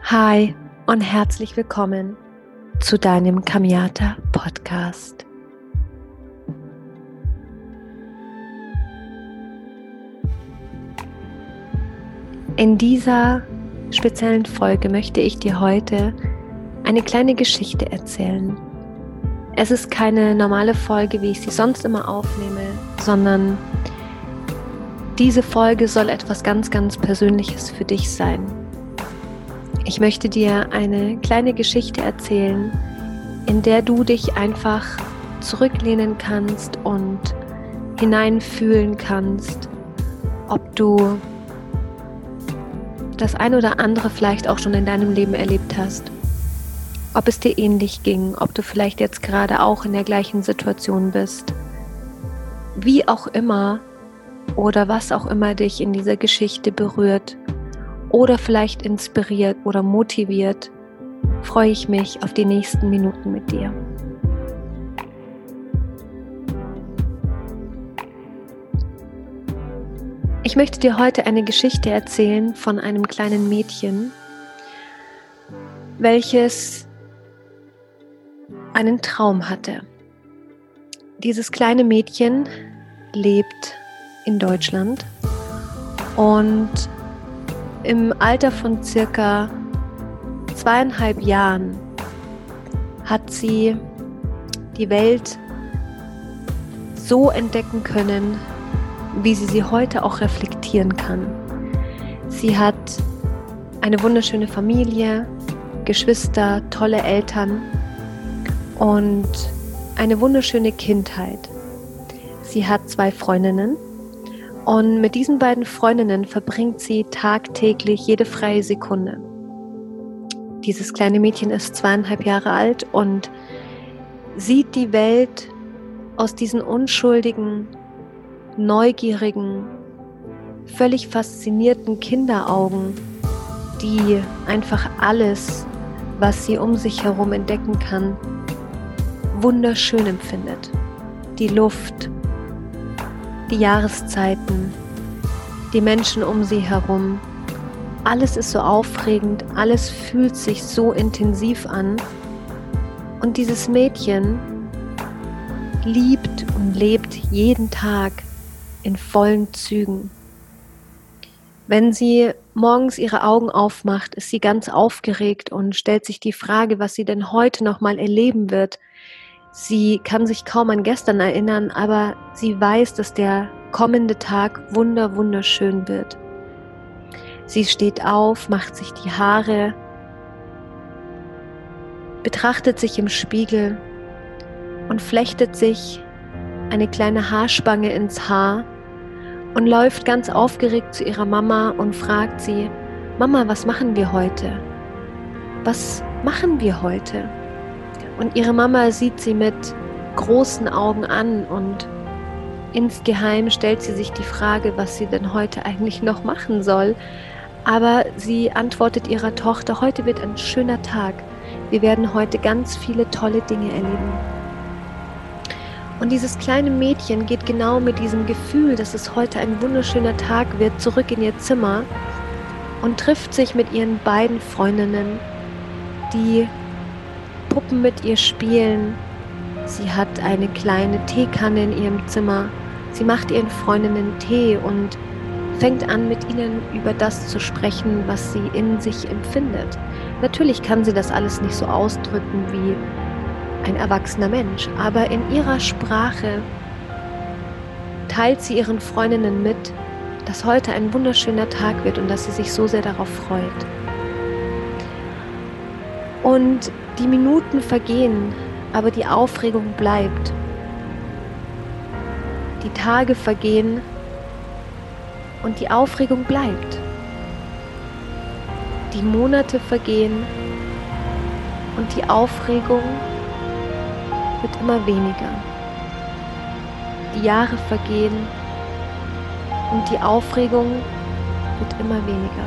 Hi und herzlich willkommen zu deinem Kamiata Podcast. In dieser speziellen Folge möchte ich dir heute eine kleine Geschichte erzählen. Es ist keine normale Folge, wie ich sie sonst immer aufnehme, sondern diese Folge soll etwas ganz, ganz Persönliches für dich sein. Ich möchte dir eine kleine Geschichte erzählen, in der du dich einfach zurücklehnen kannst und hineinfühlen kannst, ob du das ein oder andere vielleicht auch schon in deinem Leben erlebt hast, ob es dir ähnlich ging, ob du vielleicht jetzt gerade auch in der gleichen Situation bist. Wie auch immer oder was auch immer dich in dieser Geschichte berührt oder vielleicht inspiriert oder motiviert, freue ich mich auf die nächsten Minuten mit dir. Ich möchte dir heute eine Geschichte erzählen von einem kleinen Mädchen, welches einen Traum hatte. Dieses kleine Mädchen lebt in Deutschland und im Alter von circa 2,5 Jahren hat sie die Welt so entdecken können, wie sie heute auch reflektieren kann. Sie hat eine wunderschöne Familie, Geschwister, tolle Eltern und eine wunderschöne Kindheit. Sie hat 2 Freundinnen. Und mit diesen beiden Freundinnen verbringt sie tagtäglich jede freie Sekunde. Dieses kleine Mädchen ist 2,5 Jahre alt und sieht die Welt aus diesen unschuldigen, neugierigen, völlig faszinierten Kinderaugen, die einfach alles, was sie um sich herum entdecken kann, wunderschön empfindet. Die Luft, die Jahreszeiten, die Menschen um sie herum. Alles ist so aufregend, alles fühlt sich so intensiv an. Und dieses Mädchen liebt und lebt jeden Tag in vollen Zügen. Wenn sie morgens ihre Augen aufmacht, ist sie ganz aufgeregt und stellt sich die Frage, was sie denn heute nochmal erleben wird. Sie kann sich kaum an gestern erinnern, aber sie weiß, dass der kommende Tag wunderschön wird. Sie steht auf, macht sich die Haare, betrachtet sich im Spiegel und flechtet sich eine kleine Haarspange ins Haar und läuft ganz aufgeregt zu ihrer Mama und fragt sie: Mama, was machen wir heute? Was machen wir heute? Und ihre Mama sieht sie mit großen Augen an und insgeheim stellt sie sich die Frage, was sie denn heute eigentlich noch machen soll. Aber sie antwortet ihrer Tochter: Heute wird ein schöner Tag. Wir werden heute ganz viele tolle Dinge erleben. Und dieses kleine Mädchen geht genau mit diesem Gefühl, dass es heute ein wunderschöner Tag wird, zurück in ihr Zimmer und trifft sich mit ihren beiden Freundinnen, die Puppen mit ihr spielen. Sie hat eine kleine Teekanne in ihrem Zimmer. Sie macht ihren Freundinnen Tee und fängt an, mit ihnen über das zu sprechen, was sie in sich empfindet. Natürlich kann sie das alles nicht so ausdrücken wie ein erwachsener Mensch, aber in ihrer Sprache teilt sie ihren Freundinnen mit, dass heute ein wunderschöner Tag wird und dass sie sich so sehr darauf freut. Und die Minuten vergehen, aber die Aufregung bleibt. Die Tage vergehen und die Aufregung bleibt. Die Monate vergehen und die Aufregung wird immer weniger. Die Jahre vergehen und die Aufregung wird immer weniger.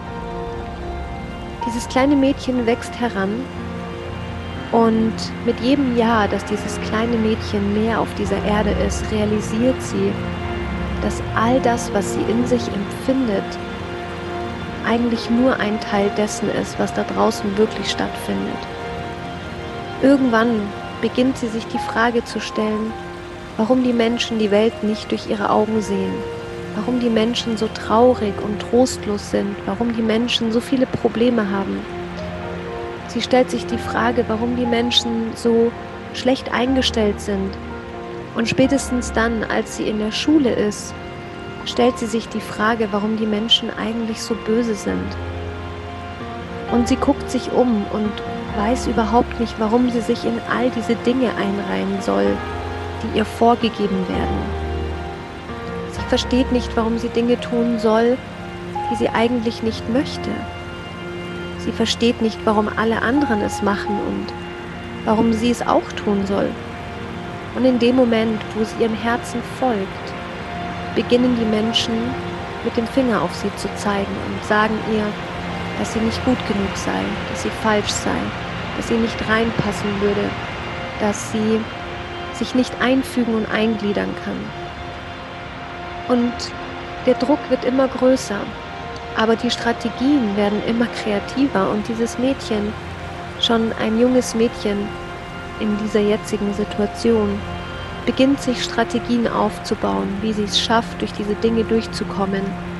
Dieses kleine Mädchen wächst heran und mit jedem Jahr, dass dieses kleine Mädchen mehr auf dieser Erde ist, realisiert sie, dass all das, was sie in sich empfindet, eigentlich nur ein Teil dessen ist, was da draußen wirklich stattfindet. Irgendwann beginnt sie sich die Frage zu stellen, warum die Menschen die Welt nicht durch ihre Augen sehen, warum die Menschen so traurig und trostlos sind, warum die Menschen so viele Probleme haben. Sie stellt sich die Frage, warum die Menschen so schlecht eingestellt sind. Und spätestens dann, als sie in der Schule ist, stellt sie sich die Frage, warum die Menschen eigentlich so böse sind. Und sie guckt sich um und weiß überhaupt nicht, warum sie sich in all diese Dinge einreihen soll, die ihr vorgegeben werden. Sie versteht nicht, warum sie Dinge tun soll, die sie eigentlich nicht möchte. Sie versteht nicht, warum alle anderen es machen und warum sie es auch tun soll. Und in dem Moment, wo sie ihrem Herzen folgt, beginnen die Menschen mit dem Finger auf sie zu zeigen und sagen ihr, dass sie nicht gut genug sei, dass sie falsch sei, dass sie nicht reinpassen würde, dass sie sich nicht einfügen und eingliedern kann. Und der Druck wird immer größer, aber die Strategien werden immer kreativer und dieses Mädchen, schon ein junges Mädchen in dieser jetzigen Situation, beginnt sich Strategien aufzubauen, wie sie es schafft, durch diese Dinge durchzukommen.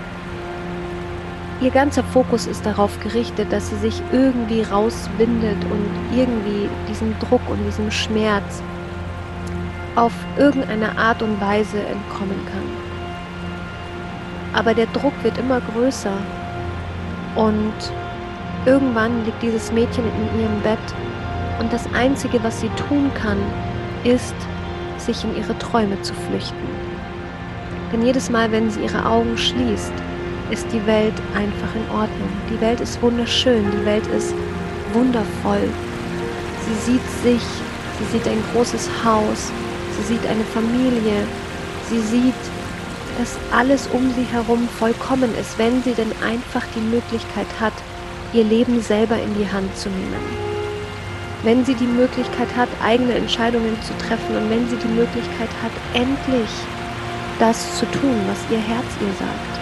Ihr ganzer Fokus ist darauf gerichtet, dass sie sich irgendwie rauswindet und irgendwie diesem Druck und diesem Schmerz auf irgendeine Art und Weise entkommen kann. Aber der Druck wird immer größer und irgendwann liegt dieses Mädchen in ihrem Bett und das Einzige, was sie tun kann, ist, sich in ihre Träume zu flüchten. Denn jedes Mal, wenn sie ihre Augen schließt, ist die Welt einfach in Ordnung. Die Welt ist wunderschön, die Welt ist wundervoll. Sie sieht sich, sie sieht ein großes Haus, sie sieht eine Familie, sie sieht, dass alles um sie herum vollkommen ist, wenn sie denn einfach die Möglichkeit hat, ihr Leben selber in die Hand zu nehmen. Wenn sie die Möglichkeit hat, eigene Entscheidungen zu treffen und wenn sie die Möglichkeit hat, endlich das zu tun, was ihr Herz ihr sagt.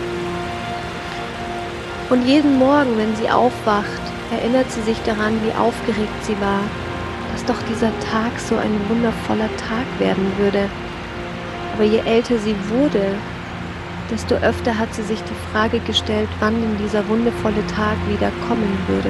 Und jeden Morgen, wenn sie aufwacht, erinnert sie sich daran, wie aufgeregt sie war, dass doch dieser Tag so ein wundervoller Tag werden würde. Aber je älter sie wurde, desto öfter hat sie sich die Frage gestellt, wann denn dieser wundervolle Tag wieder kommen würde.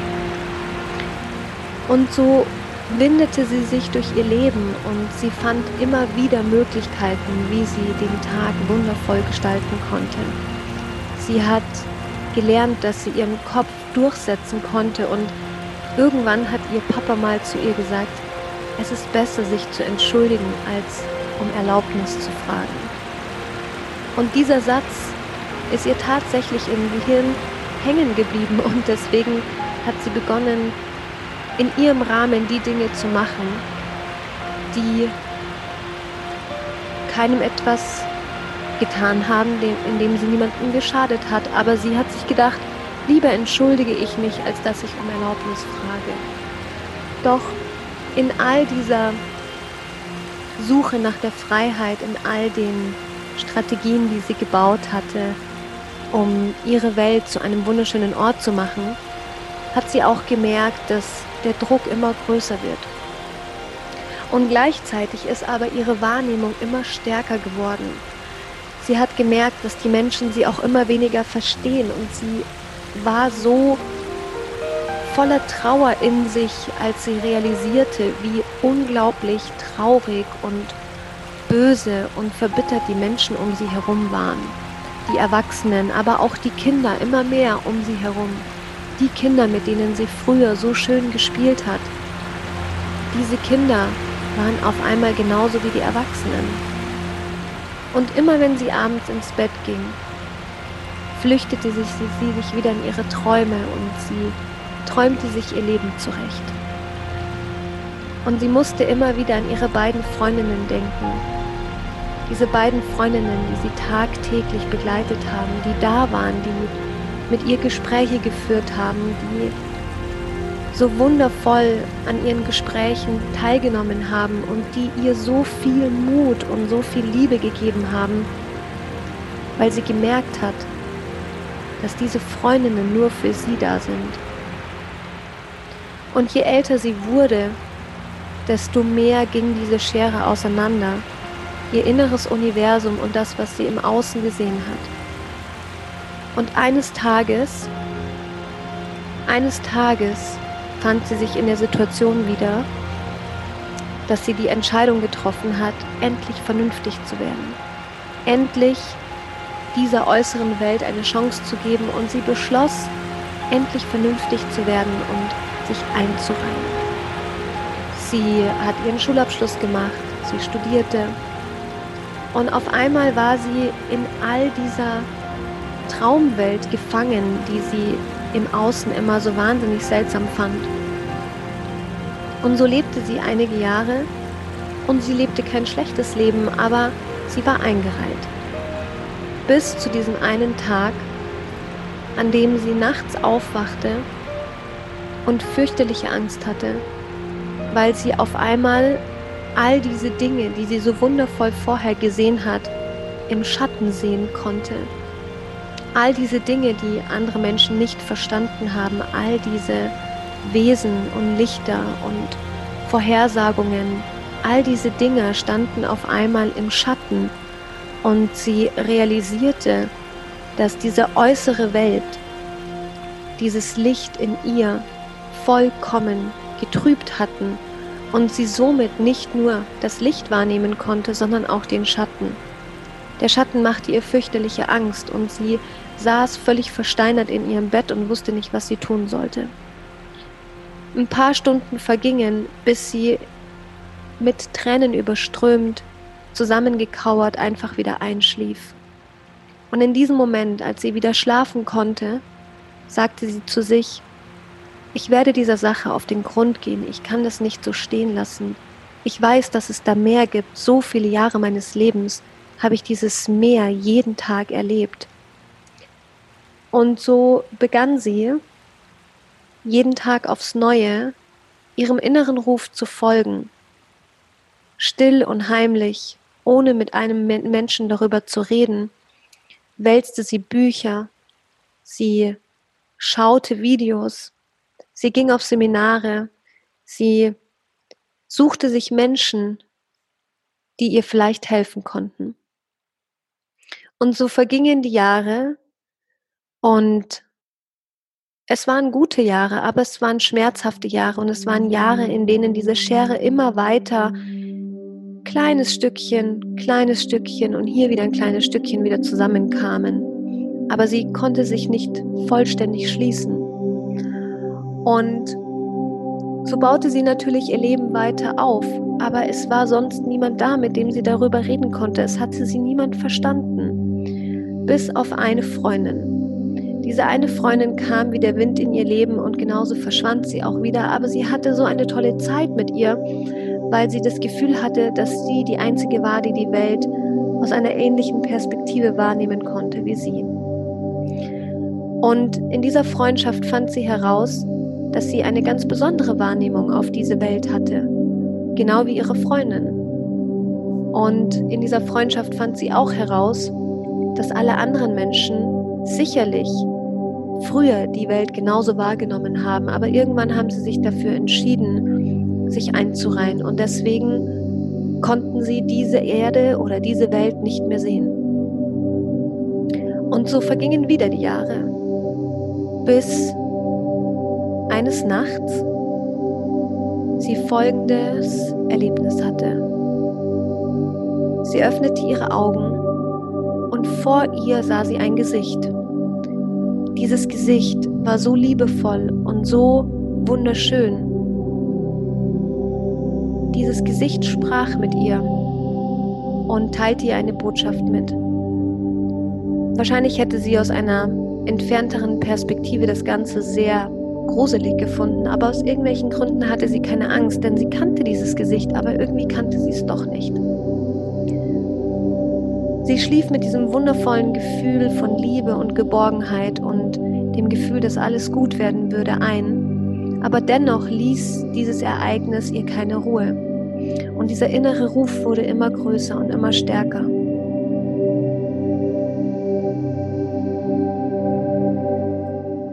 Und so windete sie sich durch ihr Leben und sie fand immer wieder Möglichkeiten, wie sie den Tag wundervoll gestalten konnte. Sie hat gelernt, dass sie ihren Kopf durchsetzen konnte und irgendwann hat ihr Papa mal zu ihr gesagt, es ist besser, sich zu entschuldigen, als um Erlaubnis zu fragen. Und dieser Satz ist ihr tatsächlich im Gehirn hängen geblieben und deswegen hat sie begonnen, in ihrem Rahmen die Dinge zu machen, die keinem etwas getan haben, indem sie niemandem geschadet hat. Aber sie hat sich gedacht, lieber entschuldige ich mich, als dass ich um Erlaubnis frage. Doch in all dieser Suche nach der Freiheit, in all den Strategien, die sie gebaut hatte, um ihre Welt zu einem wunderschönen Ort zu machen, hat sie auch gemerkt, dass der Druck immer größer wird. Und gleichzeitig ist aber ihre Wahrnehmung immer stärker geworden. Sie hat gemerkt, dass die Menschen sie auch immer weniger verstehen und sie war so voller Trauer in sich, als sie realisierte, wie unglaublich traurig und böse und verbittert die Menschen um sie herum waren. Die Erwachsenen, aber auch die Kinder immer mehr um sie herum. Die Kinder, mit denen sie früher so schön gespielt hat. Diese Kinder waren auf einmal genauso wie die Erwachsenen. Und immer wenn sie abends ins Bett ging, flüchtete sie sich wieder in ihre Träume und sie träumte sich ihr Leben zurecht. Und sie musste immer wieder an ihre beiden Freundinnen denken. Diese beiden Freundinnen, die sie tagtäglich begleitet haben, die da waren, die mit ihr Gespräche geführt haben, die so wundervoll an ihren Gesprächen teilgenommen haben und die ihr so viel Mut und so viel Liebe gegeben haben, weil sie gemerkt hat, dass diese Freundinnen nur für sie da sind. Und je älter sie wurde, desto mehr ging diese Schere auseinander, ihr inneres Universum und das, was sie im Außen gesehen hat. Und eines Tages fand sie sich in der Situation wieder, dass sie die Entscheidung getroffen hat, endlich vernünftig zu werden. Endlich dieser äußeren Welt eine Chance zu geben, und sie beschloss, endlich vernünftig zu werden und sich einzureihen. Sie hat ihren Schulabschluss gemacht, sie studierte, und auf einmal war sie in all dieser Traumwelt gefangen, die sie im Außen immer so wahnsinnig seltsam fand. Und so lebte sie einige Jahre, und sie lebte kein schlechtes Leben, aber sie war eingereiht. Bis zu diesem einen Tag, an dem sie nachts aufwachte und fürchterliche Angst hatte, weil sie auf einmal all diese Dinge, die sie so wundervoll vorher gesehen hat, im Schatten sehen konnte. All diese Dinge, die andere Menschen nicht verstanden haben, all diese Wesen und Lichter und Vorhersagungen, all diese Dinge standen auf einmal im Schatten, und sie realisierte, dass diese äußere Welt, dieses Licht in ihr vollkommen getrübt hatten und sie somit nicht nur das Licht wahrnehmen konnte, sondern auch den Schatten. Der Schatten machte ihr fürchterliche Angst, und sie saß völlig versteinert in ihrem Bett und wusste nicht, was sie tun sollte. Ein paar Stunden vergingen, bis sie mit Tränen überströmt, zusammengekauert, einfach wieder einschlief. Und in diesem Moment, als sie wieder schlafen konnte, sagte sie zu sich: Ich werde dieser Sache auf den Grund gehen, ich kann das nicht so stehen lassen. Ich weiß, dass es da mehr gibt. So viele Jahre meines Lebens habe ich dieses Meer jeden Tag erlebt. Und so begann sie, jeden Tag aufs Neue, ihrem inneren Ruf zu folgen. Still und heimlich, ohne mit einem Menschen darüber zu reden, wälzte sie Bücher, sie schaute Videos, sie ging auf Seminare, sie suchte sich Menschen, die ihr vielleicht helfen konnten. Und so vergingen die Jahre, und es waren gute Jahre, aber es waren schmerzhafte Jahre, und es waren Jahre, in denen diese Schere immer weiter kleines Stückchen und hier wieder ein kleines Stückchen wieder zusammenkamen. Aber sie konnte sich nicht vollständig schließen. Und so baute sie natürlich ihr Leben weiter auf, aber es war sonst niemand da, mit dem sie darüber reden konnte. Es hatte sie niemand verstanden, bis auf eine Freundin. Diese eine Freundin kam wie der Wind in ihr Leben, und genauso verschwand sie auch wieder, aber sie hatte so eine tolle Zeit mit ihr, weil sie das Gefühl hatte, dass sie die Einzige war, die die Welt aus einer ähnlichen Perspektive wahrnehmen konnte wie sie. Und in dieser Freundschaft fand sie heraus, dass sie eine ganz besondere Wahrnehmung auf diese Welt hatte, genau wie ihre Freundin. Und in dieser Freundschaft fand sie auch heraus, dass alle anderen Menschen sicherlich früher die Welt genauso wahrgenommen haben, aber irgendwann haben sie sich dafür entschieden, sich einzureihen, und deswegen konnten sie diese Erde oder diese Welt nicht mehr sehen. Und so vergingen wieder die Jahre, bis eines Nachts sie folgendes Erlebnis hatte. Sie öffnete ihre Augen, und vor ihr sah sie ein Gesicht. Dieses Gesicht war so liebevoll und so wunderschön. Dieses Gesicht sprach mit ihr und teilte ihr eine Botschaft mit. Wahrscheinlich hätte sie aus einer entfernteren Perspektive das Ganze sehr gruselig gefunden, aber aus irgendwelchen Gründen hatte sie keine Angst, denn sie kannte dieses Gesicht, aber irgendwie kannte sie es doch nicht. Sie schlief mit diesem wundervollen Gefühl von Liebe und Geborgenheit und dem Gefühl, dass alles gut werden würde, ein. Aber dennoch ließ dieses Ereignis ihr keine Ruhe. Und dieser innere Ruf wurde immer größer und immer stärker.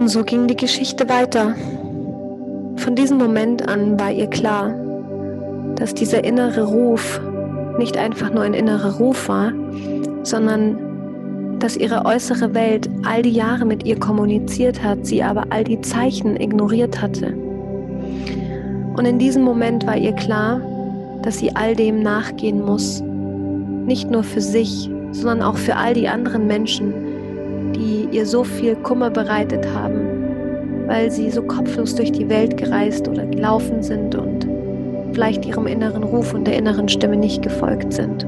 Und so ging die Geschichte weiter. Von diesem Moment an war ihr klar, dass dieser innere Ruf nicht einfach nur ein innerer Ruf war, sondern dass ihre äußere Welt all die Jahre mit ihr kommuniziert hat, sie aber all die Zeichen ignoriert hatte. Und in diesem Moment war ihr klar, dass sie all dem nachgehen muss. Nicht nur für sich, sondern auch für all die anderen Menschen, die ihr so viel Kummer bereitet haben, weil sie so kopflos durch die Welt gereist oder gelaufen sind und vielleicht ihrem inneren Ruf und der inneren Stimme nicht gefolgt sind.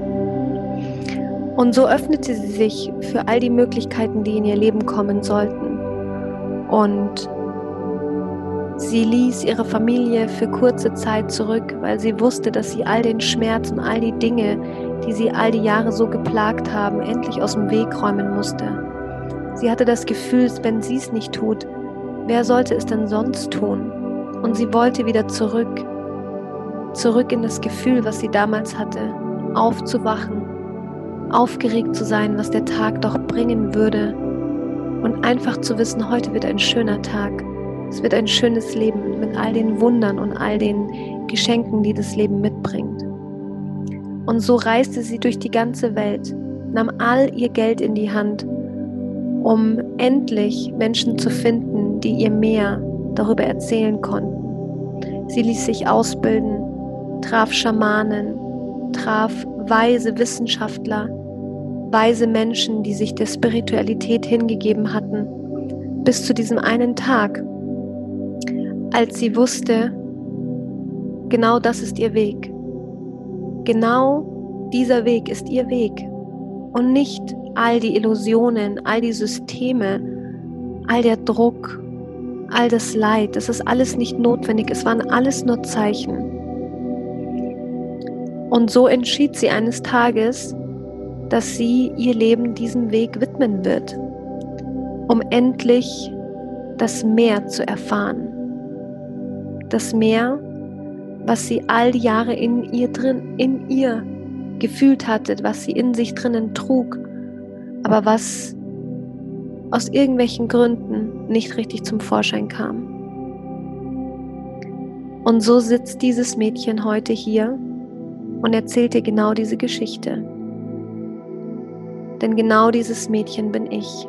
Und so öffnete sie sich für all die Möglichkeiten, die in ihr Leben kommen sollten. Und sie ließ ihre Familie für kurze Zeit zurück, weil sie wusste, dass sie all den Schmerz und all die Dinge, die sie all die Jahre so geplagt haben, endlich aus dem Weg räumen musste. Sie hatte das Gefühl, wenn sie es nicht tut, wer sollte es denn sonst tun? Und sie wollte wieder zurück in das Gefühl, was sie damals hatte, aufzuwachen, aufgeregt zu sein, was der Tag doch bringen würde und einfach zu wissen, heute wird ein schöner Tag. Es wird ein schönes Leben mit all den Wundern und all den Geschenken, die das Leben mitbringt. Und so reiste sie durch die ganze Welt, nahm all ihr Geld in die Hand, um endlich Menschen zu finden, die ihr mehr darüber erzählen konnten. Sie ließ sich ausbilden, traf Schamanen, traf weise Wissenschaftler, weise Menschen, die sich der Spiritualität hingegeben hatten, bis zu diesem einen Tag, als sie wusste, genau das ist ihr Weg. Genau dieser Weg ist ihr Weg und nicht all die Illusionen, all die Systeme, all der Druck, all das Leid. Das ist alles nicht notwendig, es waren alles nur Zeichen. Und so entschied sie eines Tages, dass sie ihr Leben diesem Weg widmen wird, um endlich das Mehr zu erfahren. Das Meer, was sie all die Jahre in ihr gefühlt hatte, was sie in sich drinnen trug, aber was aus irgendwelchen Gründen nicht richtig zum Vorschein kam. Und so sitzt dieses Mädchen heute hier und erzählt dir genau diese Geschichte. Denn genau dieses Mädchen bin ich.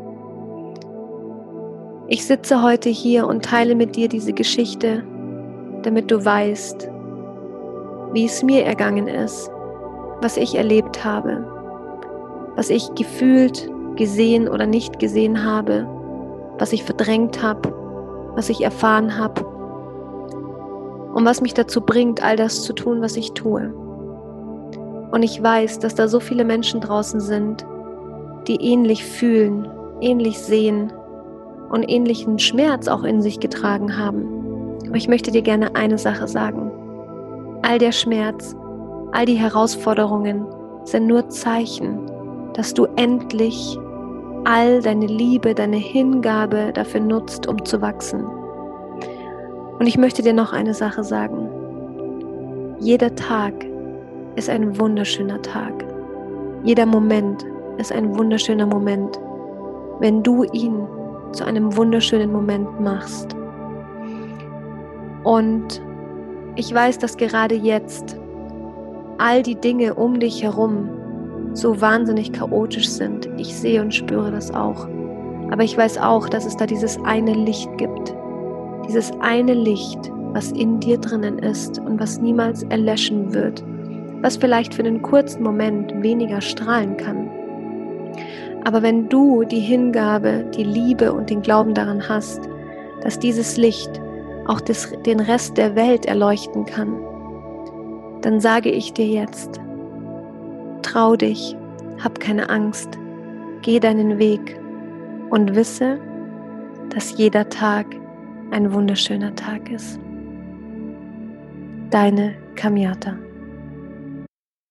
Ich sitze heute hier und teile mit dir diese Geschichte, damit du weißt, wie es mir ergangen ist, was ich erlebt habe, was ich gefühlt, gesehen oder nicht gesehen habe, was ich verdrängt habe, was ich erfahren habe und was mich dazu bringt, all das zu tun, was ich tue. Und ich weiß, dass da so viele Menschen draußen sind, die ähnlich fühlen, ähnlich sehen und ähnlichen Schmerz auch in sich getragen haben. Aber ich möchte dir gerne eine Sache sagen. All der Schmerz, all die Herausforderungen sind nur Zeichen, dass du endlich all deine Liebe, deine Hingabe dafür nutzt, um zu wachsen. Und ich möchte dir noch eine Sache sagen. Jeder Tag ist ein wunderschöner Tag. Jeder Moment ist ein wunderschöner Moment, wenn du ihn zu einem wunderschönen Moment machst. Und ich weiß, dass gerade jetzt all die Dinge um dich herum so wahnsinnig chaotisch sind. Ich sehe und spüre das auch. Aber ich weiß auch, dass es da dieses eine Licht gibt. Dieses eine Licht, was in dir drinnen ist und was niemals erlöschen wird. Was vielleicht für einen kurzen Moment weniger strahlen kann. Aber wenn du die Hingabe, die Liebe und den Glauben daran hast, dass dieses Licht auch den Rest der Welt erleuchten kann, dann sage ich dir jetzt, trau dich, hab keine Angst, geh deinen Weg und wisse, dass jeder Tag ein wunderschöner Tag ist. Deine Kamiata.